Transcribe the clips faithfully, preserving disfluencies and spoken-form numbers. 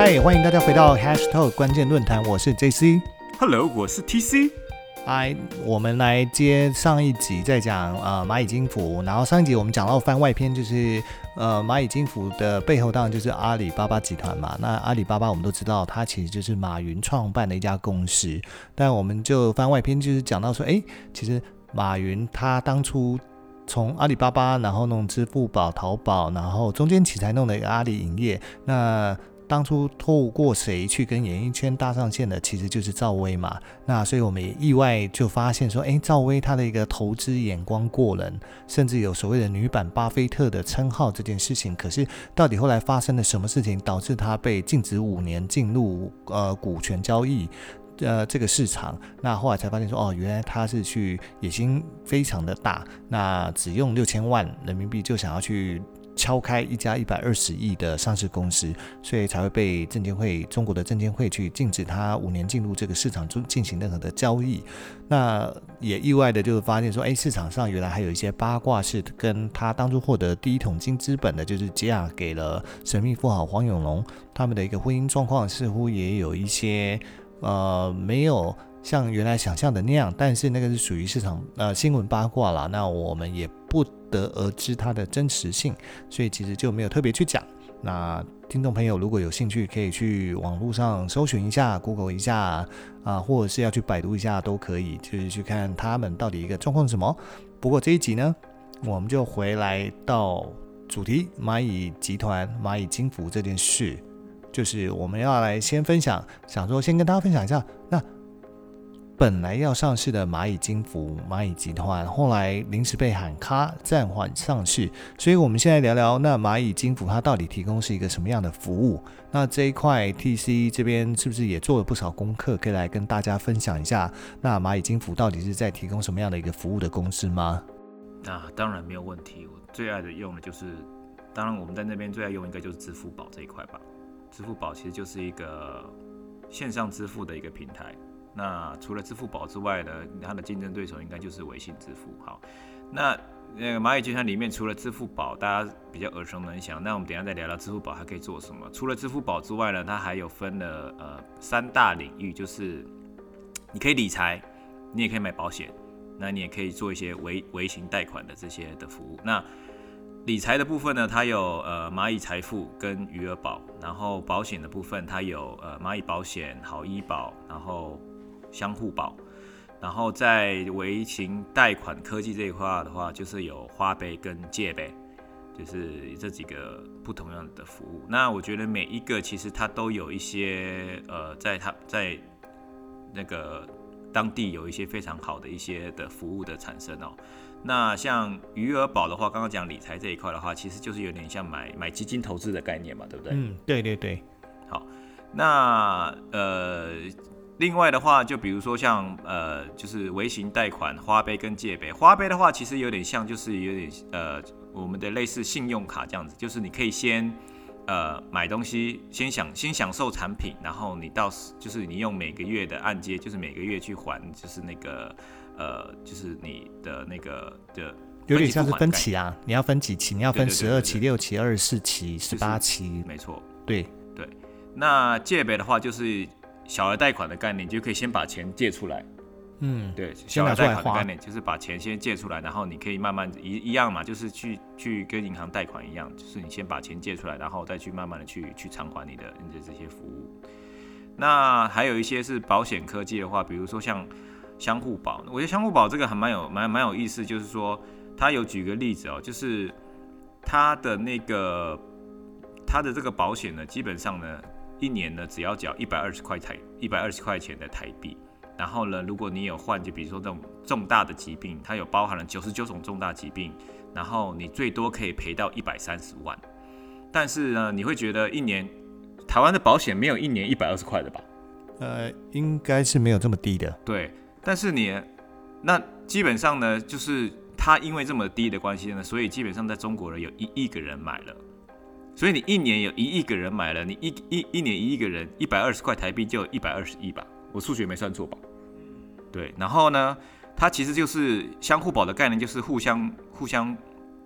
嗨，欢迎大家回到 Hashtag 关键论坛，我是 J C。Hello， 我是 T C。 来，我们来接上一集在讲呃蚂蚁金服，然后上一集我们讲到番外篇，就是呃蚂蚁金服的背后当然就是阿里巴巴集团嘛。那阿里巴巴我们都知道，它其实就是马云创办的一家公司。但我们就番外篇就是讲到说，哎，其实马云他当初从阿里巴巴，然后弄支付宝、淘宝，然后中间其实才弄了一个阿里影业。那当初透过谁去跟演艺圈搭上线的，其实就是赵薇嘛。那所以我们也意外就发现说，哎，赵薇她的一个投资眼光过人，甚至有所谓的女版巴菲特的称号这件事情。可是到底后来发生了什么事情，导致她被禁止五年进入呃股权交易呃这个市场？那后来才发现说，哦，原来她是去野心非常的大，那只用六千万人民币就想要去敲开一家一百二十亿的上市公司，所以才会被证监会中国的证监会去禁止他五年进入这个市场进行任何的交易。那也意外的就是发现说，哎，市场上原来还有一些八卦是跟他当初获得第一桶金资本的，就是杰亚给了神秘富豪黄永龙，他们的一个婚姻状况似乎也有一些呃没有像原来想象的那样，但是那个是属于市场呃新闻八卦啦，那我们也不得而知它的真实性，所以其实就没有特别去讲。那听众朋友如果有兴趣，可以去网络上搜寻一下 Google 一下啊，或者是要去百度一下都可以，就是去看他们到底一个状况是什么。不过这一集呢，我们就回来到主题，蚂蚁集团蚂蚁金服这件事，就是我们要来先分享，想说先跟大家分享一下，那本来要上市的蚂蚁金服蚂蚁集团，后来临时被喊卡暂缓上市，所以我们现在聊聊那蚂蚁金服它到底提供是一个什么样的服务。那这一块 T C 这边是不是也做了不少功课，可以来跟大家分享一下，那蚂蚁金服到底是在提供什么样的一个服务的公司吗？ 啊，当然没有问题。我最爱的用的就是，当然我们在那边最爱用应该就是支付宝这一块吧。支付宝其实就是一个线上支付的一个平台。那除了支付宝之外呢，它的竞争对手应该就是微信支付。好，那那个蚂蚁集团里面除了支付宝，大家比较耳熟能详。那我们等一下再聊聊支付宝还可以做什么。除了支付宝之外呢，它还有分了呃三大领域，就是你可以理财，你也可以买保险，那你也可以做一些微微型贷款的这些的服务。那理财的部分呢，它有呃蚂蚁财富跟余额宝，然后保险的部分它有呃蚂蚁保险、好医保，然后相互保，然后在微型贷款科技这一块的话，就是有花呗跟借呗，就是这几个不同样的服务。那我觉得每一个其实它都有一些呃，在它在那个当地有一些非常好的一些的服务的产生哦。那像余额宝的话，刚刚讲理财这一块的话，其实就是有点像买买基金投资的概念嘛，对不对？ 嗯，对对对。 好，那呃。另外的话，就比如说像呃，就是微型贷款、花呗跟借呗。花呗的话，其实有点像，就是有点呃，我们的类似信用卡这样子，就是你可以先呃买东西，先享先享受产品，然后你到就是你用每个月的按揭，就是每个月去还，就是那个呃，就是你的那个的。 有点像是分期啊，你要分几期？你要分十二期、六期、二十四期、十八期， 没错。 对对。那借呗的话，就是小额贷款的概念，你就可以先把钱借出来。嗯，对，小额贷款的概念就是把钱先借出来，然后你可以慢慢 一, 一样嘛，就是去去跟银行贷款一样，就是你先把钱借出来，然后再去慢慢的去去偿还你的你的这些服务。那还有一些是保险科技的话，比如说像相互保，我觉得相互保这个还蛮有蛮蛮有意思，就是说他有举个例子哦，就是他的那个他的这个保险呢，基本上呢。一年呢，只要缴一百二十块台一百二十块钱的台币，然后呢，如果你有患，就比如说这种重大的疾病，它有包含了九十九种重大疾病，然后你最多可以赔到一百三十万。但是呢，你会觉得一年台湾的保险没有一年一百二十块的吧？ 呃，应该是没有这么低的。 对，但是你那基本上呢，就是它因为这么低的关系呢，所以基本上在中国人有一亿个人买了。所以你一年有一亿个人买了，你 一, 一, 一年一亿个人，一百二十块台币就有一百二十亿吧？我数学没算错吧？对，然后呢，它其实就是相互保的概念，就是互相互相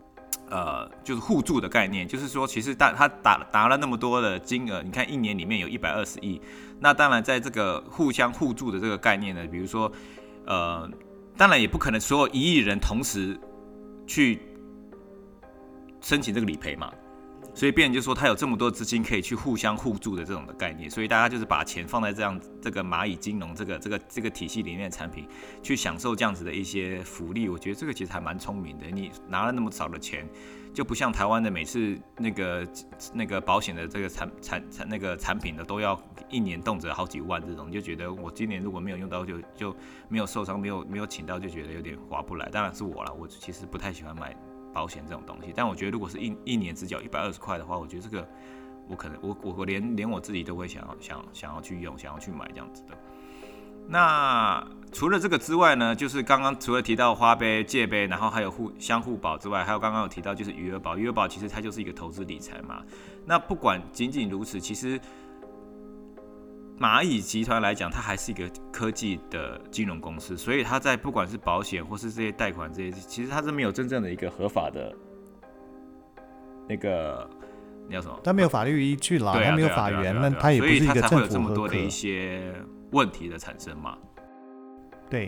呃，就是互助的概念，就是说，其实他打拿了那么多的金额，你看一年里面有一百二十亿，那当然在这个互相互助的这个概念呢，比如说，呃，当然也不可能所有一亿人同时去申请这个理赔嘛，所以变成就是说，他有这么多资金可以去互相互助的这种的概念，所以大家就是把钱放在这样这个蚂蚁金融这个这个这个体系里面的产品，去享受这样子的一些福利。我觉得这个其实还蛮聪明的。你拿了那么少的钱，就不像台湾的每次那个那个保险的这个产产产那个产品的都要一年动辄好几万这种，你就觉得我今年如果没有用到就就没有受伤，没有没有请到，就觉得有点划不来。当然是我啦，我其实不太喜欢买保险这种东西，但我觉得如果是一一年只缴一百二十块的话，我觉得这个我可能我我我连连我自己都会想要想想要去用，想要去买这样子的。那除了这个之外呢，就是刚刚除了提到花呗、借呗，然后还有互相互保之外，还有刚刚有提到就是余额宝，余额宝其实它就是一个投资理财嘛。那不管仅仅如此，其实蚂蚁集团来讲，它还是一个科技的金融公司，所以它在不管是保险或是这些贷款这些，其实它是没有真正的一个合法的那个那叫什么？ 它没有法律依据啦， 对啊、 它没有法源，那它也不是一个政府合可， 所以它才会有这么多的一些问题的产生嘛。 对，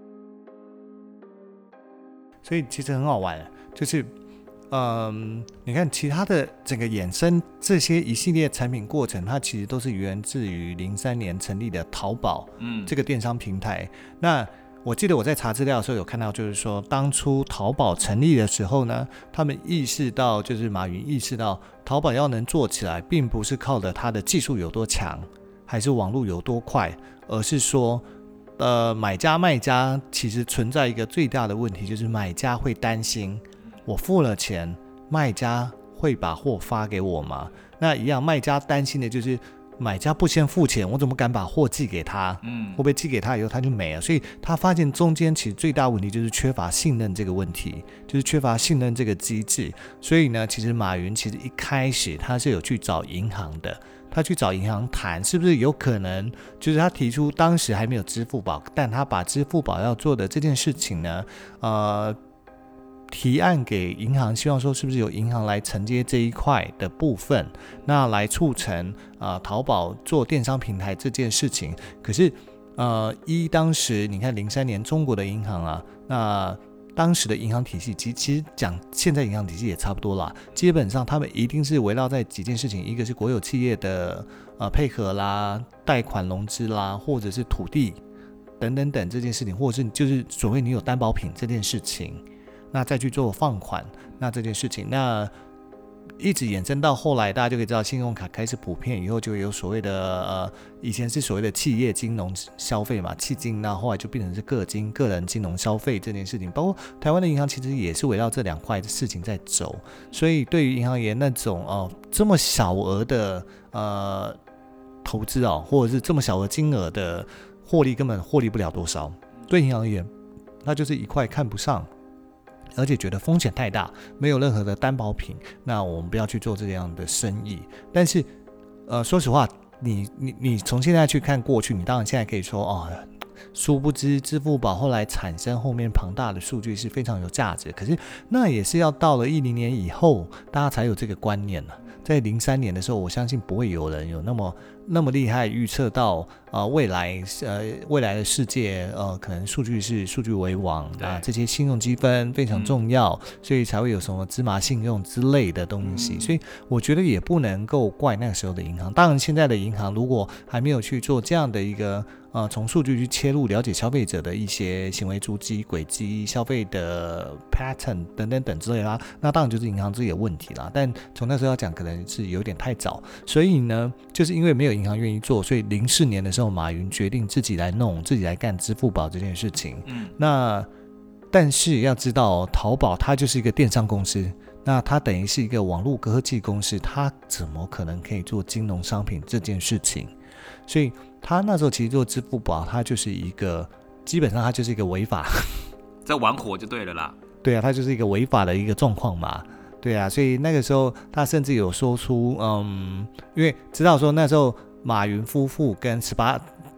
所以其实很好玩，就是。嗯，你看其他的整个衍生这些一系列产品过程，它其实都是源自于零三年成立的淘宝，嗯，这个电商平台。那我记得我在查资料的时候有看到，就是说当初淘宝成立的时候呢，他们意识到，就是马云意识到，淘宝要能做起来，并不是靠着它的技术有多强，还是网络有多快，而是说，呃，买家卖家其实存在一个最大的问题，就是买家会担心。我付了钱，卖家会把货发给我吗？那一样，卖家担心的就是买家不先付钱，我怎么敢把货寄给他？嗯，会不会寄给他以后他就没了？所以他发现中间其实最大问题就是缺乏信任这个问题，就是缺乏信任这个机制。所以呢，其实马云其实一开始他是有去找银行的。他去找银行谈，是不是有可能就是他提出当时还没有支付宝，但他把支付宝要做的这件事情呢，呃。提案给银行，希望说是不是有银行来承接这一块的部分，那来促成啊、呃、淘宝做电商平台这件事情。可是呃，一当时你看零三年中国的银行啊，那当时的银行体系，其其实讲现在银行体系也差不多啦，基本上他们一定是围绕在几件事情，一个是国有企业的呃配合啦、贷款融资啦，或者是土地等等等这件事情，或者是就是所谓你有担保品这件事情。那再去做放款，那这件事情，那一直衍生到后来，大家就可以知道，信用卡开始普遍以后，就有所谓的呃，以前是所谓的企业金融消费嘛，企金，那后来就变成是个金个人金融消费这件事情。包括台湾的银行其实也是围绕这两块的事情在走，所以对于银行业那种哦、呃、这么小额的呃投资哦，或者是这么小额金额的获利，根本获利不了多少。对银行而言，那就是一块看不上。而且觉得风险太大，没有任何的担保品，那我们不要去做这样的生意。但是，呃，说实话，你你你从现在去看过去，你当然现在可以说哦，殊不知支付宝后来产生后面庞大的数据是非常有价值。可是那也是要到了一零年以后，大家才有这个观念了。在零三年的时候，我相信不会有人有那么那么厉害预测到呃未来呃未来的世界呃可能数据是数据为王啊，这些信用积分非常重要，嗯、所以才会有什么芝麻信用之类的东西。嗯、所以我觉得也不能够怪那个时候的银行。当然，现在的银行如果还没有去做这样的一个呃从数据去切入了解消费者的一些行为足迹、轨迹、消费的 pattern 等等等之类啦，那当然就是银行自己的问题啦。但从那时候要讲，可能是有点太早。所以呢，就是因为没有银行愿意做，所以零四年的时候，马云决定自己来弄，自己来干支付宝这件事情。嗯，那但是要知道，淘宝它就是一个电商公司，那它等于是一个网络科技公司，它怎么可能可以做金融商品这件事情？所以他那时候其实做支付宝，它就是一个基本上它就是一个违法， 在玩火就对了啦。 对啊，它就是一个违法的一个状况嘛。对啊，所以那个时候他甚至有说出，嗯，因为知道说那时候马云夫妇跟十八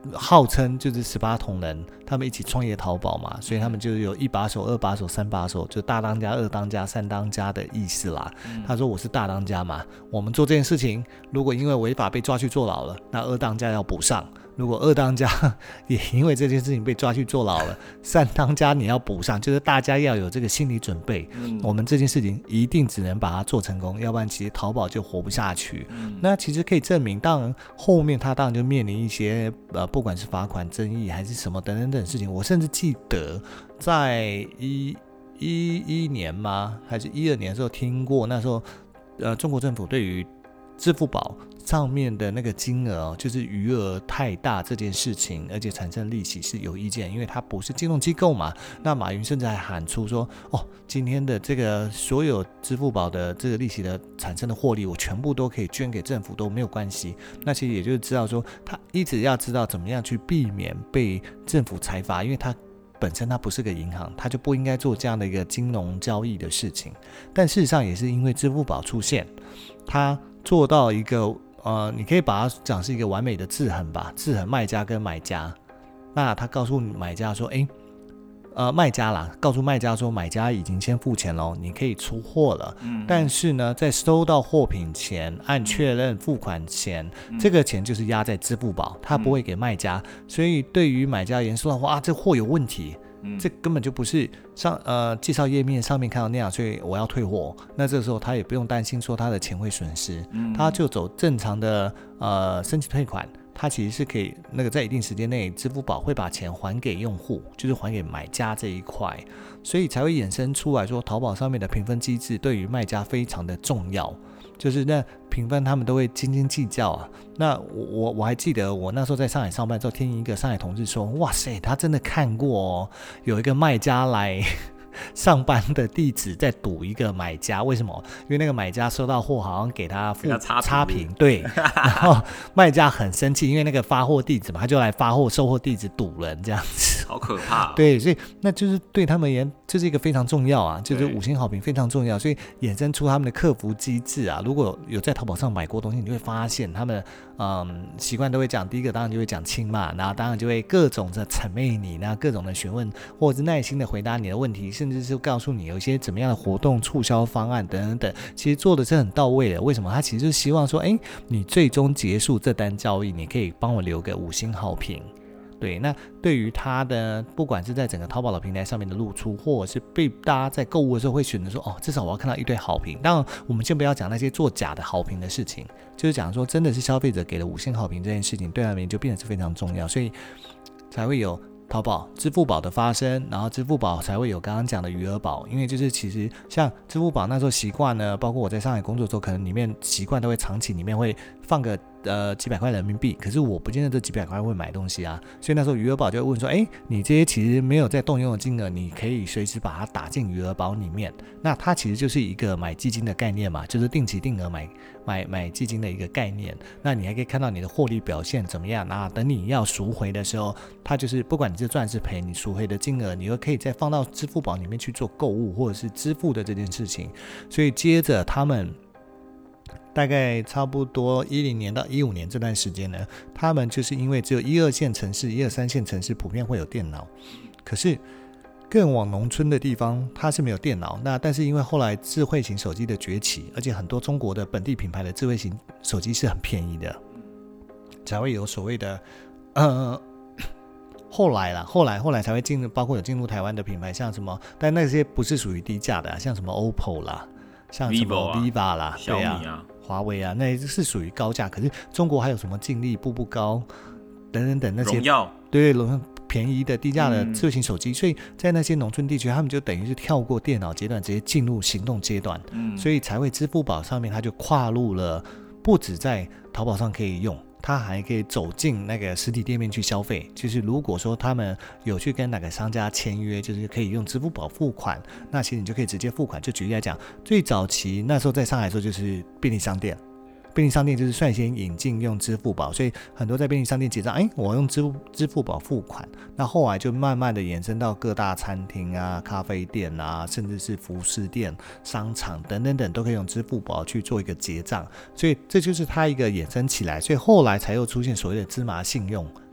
号称就是十八铜人，他们一起创业淘宝嘛，所以他们就有一把手、二把手、三把手，就大当家、二当家、三当家的意思啦。嗯、他说我是大当家嘛，我们做这件事情，如果因为违法被抓去坐牢了，那二当家要补上。如果二当家也因为这件事情被抓去坐牢了，三当家你要补上，就是大家要有这个心理准备。嗯、我们这件事情一定只能把它做成功，要不然其实淘宝就活不下去。嗯、那其实可以证明，当然后面他当然就面临一些呃，不管是罚款争议还是什么等等等事情。我甚至记得在一一一年吗，还是一二年的时候听过，那时候呃，中国政府对于支付宝上面的那个金额，就是余额太大这件事情，而且产生利息是有意见，因为它不是金融机构嘛。那马云甚至还喊出说，哦，今天的这个所有支付宝的这个利息的产生的获利，我全部都可以捐给政府，都没有关系。那其实也就是知道说，他一直要知道怎么样去避免被政府裁罚，因为他本身它不是个银行，它就不应该做这样的一个金融交易的事情。但事实上也是因为支付宝出现，它做到一个呃，你可以把它讲是一个完美的制衡吧，制衡卖家跟买家。那他告诉买家说，哎，呃，卖家啦，告诉卖家说，买家已经先付钱喽，你可以出货了。嗯、但是呢，在收到货品前，按确认付款前，嗯、这个钱就是压在支付宝，他不会给卖家。嗯、所以对于买家言说的话，啊，这货有问题。嗯、这根本就不是上呃介绍页面上面看到那样，所以我要退货。那这个时候他也不用担心说他的钱会损失，嗯、他就走正常的呃申请退款，他其实是可以那个在一定时间内，支付宝会把钱还给用户，就是还给买家这一块，所以才会衍生出来说淘宝上面的评分机制对于卖家非常的重要。就是那评分他们都会斤斤计较啊。那我我我还记得我那时候在上海上班之后，听一个上海同事说，哇塞，他真的看过哦，有一个卖家来上班的地址在堵一个买家，为什么？因为那个买家收到货好像给他付差评，对，然后卖家很生气，因为那个发货地址嘛，他就来发货收货地址堵人这样子， 好可怕、哦。 对，所以那就是对他们而言，这是一个非常重要啊，就是五星好评非常重要，所以衍生出他们的客服机制啊。如果有在淘宝上买过东西，你就会发现他们嗯习惯都会讲，第一个当然就会讲轻嘛，然后当然就会各种的谄媚你，然后各种的询问，或者是耐心的回答你的问题，甚至是告诉你有一些怎么样的活动促销方案等等等，其实做的是很到位的。为什么？他其实就是希望说，哎，你最终结束这单交易，你可以帮我留个五星好评。对，那对于他的不管是在整个淘宝的平台上面的露出，或者是被大家在购物的时候会选择说，哦，至少我要看到一堆好评。当然，我们先不要讲那些做假的好评的事情，就是讲说真的是消费者给了五星好评这件事情，对他们就变得是非常重要，所以才会有淘宝、支付宝的发生，然后支付宝才会有刚刚讲的余额宝。因为就是其实像支付宝那时候习惯呢，包括我在上海工作的时候，可能里面习惯都会藏起里面会放个呃几百块人民币，可是我不见得这几百块会买东西啊，所以那时候余额宝就会问说，哎，你这些其实没有在动用的金额，你可以随时把它打进余额宝里面。那它其实就是一个买基金的概念嘛，就是定期定额买买买基金的一个概念。那你还可以看到你的获利表现怎么样，那等你要赎回的时候，它就是不管你是赚是赔，你赎回的金额，你又可以再放到支付宝里面去做购物或者是支付的这件事情。所以接着他们大概差不多一零年到一五年这段时间呢，他们就是因为只有一二线城市、一二三线城市普遍会有电脑，可是更往农村的地方它是没有电脑。那但是因为后来智慧型手机的崛起，而且很多中国的本地品牌的智慧型手机是很便宜的，才会有所谓的呃。后来啦，后来后来才会进入，包括有进入台湾的品牌，像什么，但那些不是属于低价的、啊，像什么 O P P O 啦，像什么 Viva 啦， 小米啊，华为啊，那是属于高价。可是中国还有什么劲力、步步高等等等那些， 荣耀， 对，便宜的低价的智慧型手机、嗯，所以在那些农村地区，他们就等于是跳过电脑阶段，直接进入行动阶段，嗯、所以才会支付宝上面，它就跨入了，不止在淘宝上可以用。他还可以走进那个实体店面去消费，就是如果说他们有去跟哪个商家签约，就是可以用支付宝付款，那其实你就可以直接付款。就举例来讲，最早期那时候在上海的时候就是便利商店，便利商店就是率先引进用支付宝，所以很多在便利商店结账，哎，我用支付支付宝付款。那后来就慢慢的延伸到各大餐厅啊、咖啡店啊，甚至是服饰店、商场等等等，都可以用支付宝去做一个结账。所以这就是它一个衍生起来，所以后来才又出现所谓的芝麻信用。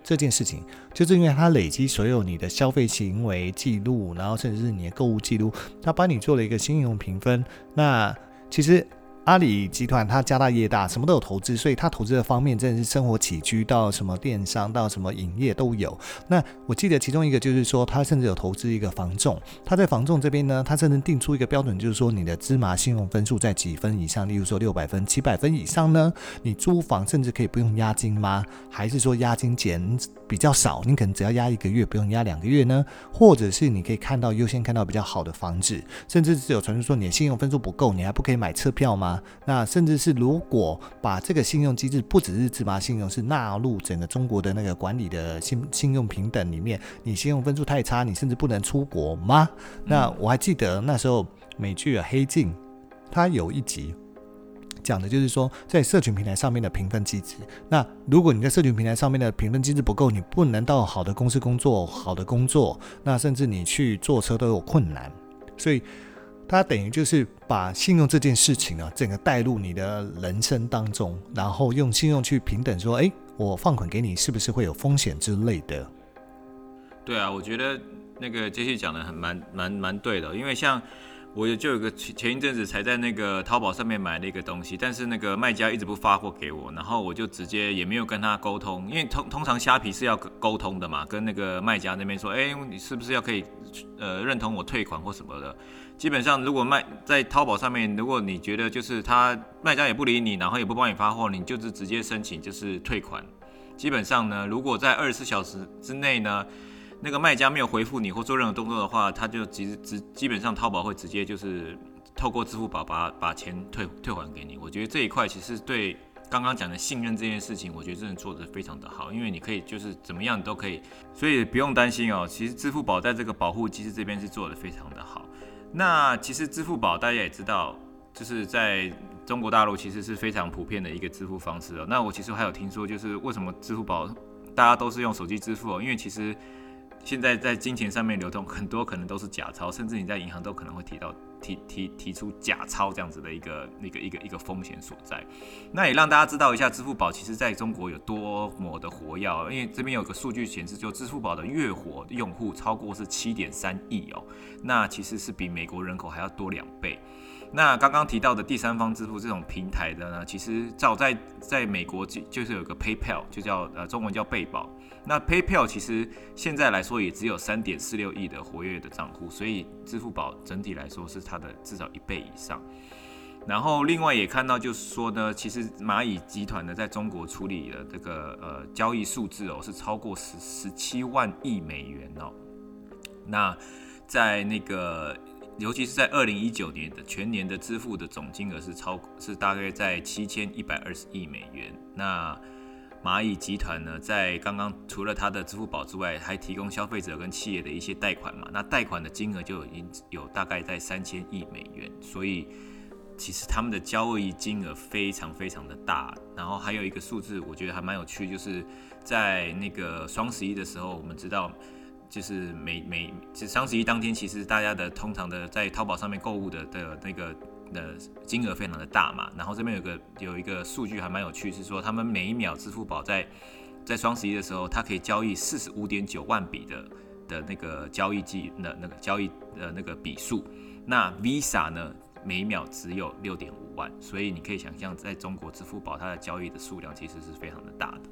这件事情，就是因为它累积所有你的消费行为记录，然后甚至是你的购物记录，它帮你做了一个信用评分。那其实阿里集团它家大业大，什么都有投资，所以它投资的方面真的是生活起居到什么电商到什么营业都有。那我记得其中一个就是说，它甚至有投资一个房仲，它在房仲这边呢，它甚至定出一个标准，就是说你的芝麻信用分数在几分以上，例如说六百分、七百分以上呢，你租房甚至可以不用押金吗？还是说押金减比较少，你可能只要押一个月，不用押两个月呢？或者是你可以看到优先看到比较好的房子，甚至是有传出说你的信用分数不够，你还不可以买车票吗？那甚至是如果把这个信用机制不只是芝麻信用，是纳入整个中国的那个管理的 信, 信用平等里面，你信用分数太差，你甚至不能出国吗？那我还记得那时候美剧《黑镜》它有一集讲的就是说，在社群平台上面的评分机制。那如果你在社群平台上面的评分机制不够，你不能到好的公司工作，好的工作，那甚至你去坐车都有困难。所以它等于就是把信用这件事情呢，整个带入你的人生当中，然后用信用去平等说，哎，我放款给你是不是会有风险之类的。 对啊，我觉得那个杰西讲的很蛮蛮蛮对的，因为像我就有个前一阵子才在那个淘宝上面买了一个东西，但是那个卖家一直不发货给我，然后我就直接也没有跟他沟通，因为通通常虾皮是要沟通的嘛，跟那个卖家那边说，哎，你是不是要可以呃认同我退款或什么的。基本上如果卖在淘宝上面，如果你觉得就是他卖家也不理你，然后也不帮你发货，你就是直接申请就是退款。基本上呢，如果在二十四小时之内呢，那个卖家没有回复你或做任何动作的话，他就基基本上淘宝会直接就是透过支付宝把把钱退退还给你。我觉得这一块其实对刚刚讲的信任这件事情，我觉得真的做得非常的好，因为你可以就是怎么样你都可以，所以不用担心哦。其实支付宝在这个保护机制这边是做得非常的好。那其实支付宝大家也知道，就是在中国大陆其实是非常普遍的一个支付方式哦。那我其实还有听说，就是为什么支付宝大家都是用手机支付哦，因为其实现在在金钱上面流通很多可能都是假钞，甚至你在银行都可能会提到提提提出假钞这样子的一个一个一个一个风险所在。那也让大家知道一下，支付宝其实在中国有多么的活跃，因为这边有个数据显示，就支付宝的月活用户超过是 七点三亿哦，那其实是比美国人口还要多两倍。那刚刚提到的第三方支付这种平台的呢，其实早在在美国就是有个 PayPal， 就叫呃中文叫贝宝。那 PayPal 其实现在来说也只有 三点四六亿的活跃的账户，所以支付宝整体来说是它的至少一倍以上。然后另外也看到就是说呢，其实蚂蚁集团呢在中国处理的这个呃交易数字哦是超过十十七万亿美元哦。那在那个尤其是在二零一九年的全年的支付的总金额是超是大概在七千一百二十亿美元。那蚂蚁集团呢，在刚刚除了它的支付宝之外，还提供消费者跟企业的一些贷款嘛。那贷款的金额就已经有大概在三千亿美元，所以其实他们的交易金额非常非常的大。然后还有一个数字，我觉得还蛮有趣，就是在那个双十一的时候，我们知道。就是每每其实双十一当天，其实大家的通常的在淘宝上面购物的的那个的金额非常的大嘛。然后这边有个有一个数据还蛮有趣，是说他们每一秒支付宝在在双十一的时候，它可以交易四十五点九万笔的的那个交易记的那个交易的那个笔数。那 Visa 呢，每一秒只有六点五万，所以你可以想象，在中国支付宝它的交易的数量其实是非常的大的。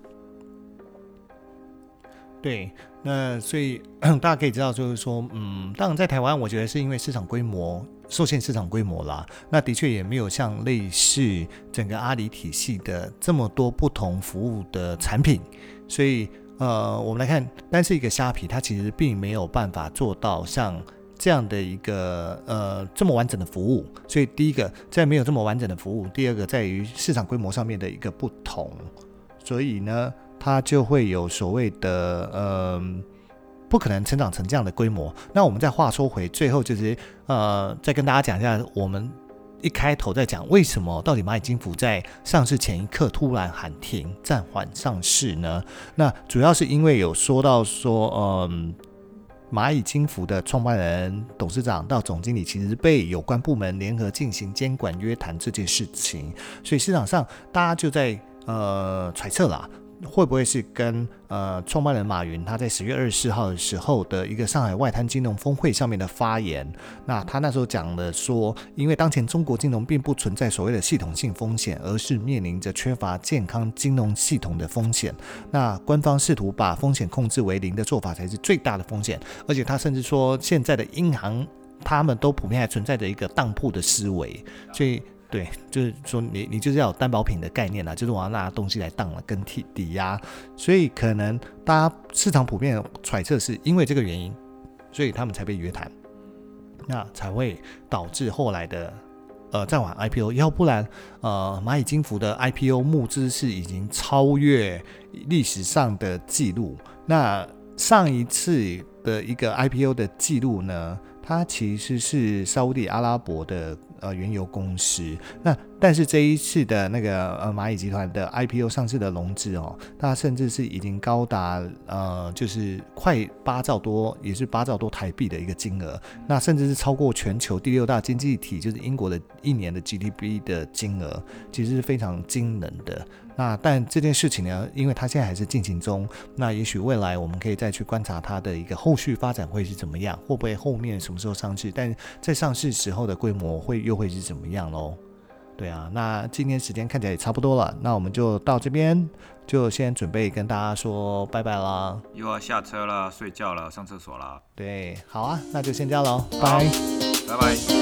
对，那所以大家可以知道，就是说，嗯，当然在台湾，我觉得是因为市场规模受限，市场规模啦，那的确也没有像类似整个阿里体系的这么多不同服务的产品，所以呃，我们来看，单是一个虾皮，它其实并没有办法做到像这样的一个呃这么完整的服务。所以第一个，在没有这么完整的服务；第二个，在于市场规模上面的一个不同。所以呢，它就会有所谓的呃，不可能成长成这样的规模。那我们再话说回最后，就是呃，再跟大家讲一下，我们一开头在讲为什么到底蚂蚁金服在上市前一刻突然喊停暂缓上市呢？那主要是因为有说到说，嗯、呃。蚂蚁金服的创办人、董事长到总经理其实被有关部门联合进行监管约谈这件事情，所以市场上大家就在呃揣测啦， 会不会是跟呃创办人马云他在十月二十四号的时候的一个上海外滩金融峰会上面的发言？那他那时候讲了说，因为当前中国金融并不存在所谓的系统性风险，而是面临着缺乏健康金融系统的风险。那官方试图把风险控制为零的做法才是最大的风险，而且他甚至说，现在的银行他们都普遍还存在着一个当铺的思维，所以。对，就是说你你就是要有担保品的概念啦，就是我要拿东西来当了跟抵押，所以可能大家市场普遍揣测是因为这个原因，所以他们才被约谈，那才会导致后来的呃暂缓 I P O， 要不然呃蚂蚁金服的 I P O 募资是已经超越历史上的记录。那上一次的一个 I P O 的记录呢，它其实是沙烏地阿拉伯的呃原油公司。那但是这一次的那个呃蚂蚁集团的 I P O 上市的融资哦，它甚至是已经高达呃就是快八兆多，也是八兆多台币的一个金额。那甚至是超过全球第六大经济体，就是英国的一年的 G D P 的金额，其实是非常惊人的。那但这件事情呢，因为它现在还是进行中，那也许未来我们可以再去观察它的一个后续发展会是怎么样，会不会后面什么时候上市，但在上市时候的规模会又会是怎么样咯。对啊，那今天时间看起来也差不多了，那我们就到这边，就先准备跟大家说拜拜啦。 又要下车了，睡觉了，上厕所了。 对，好啊，那就先这样咯，拜拜。 拜拜。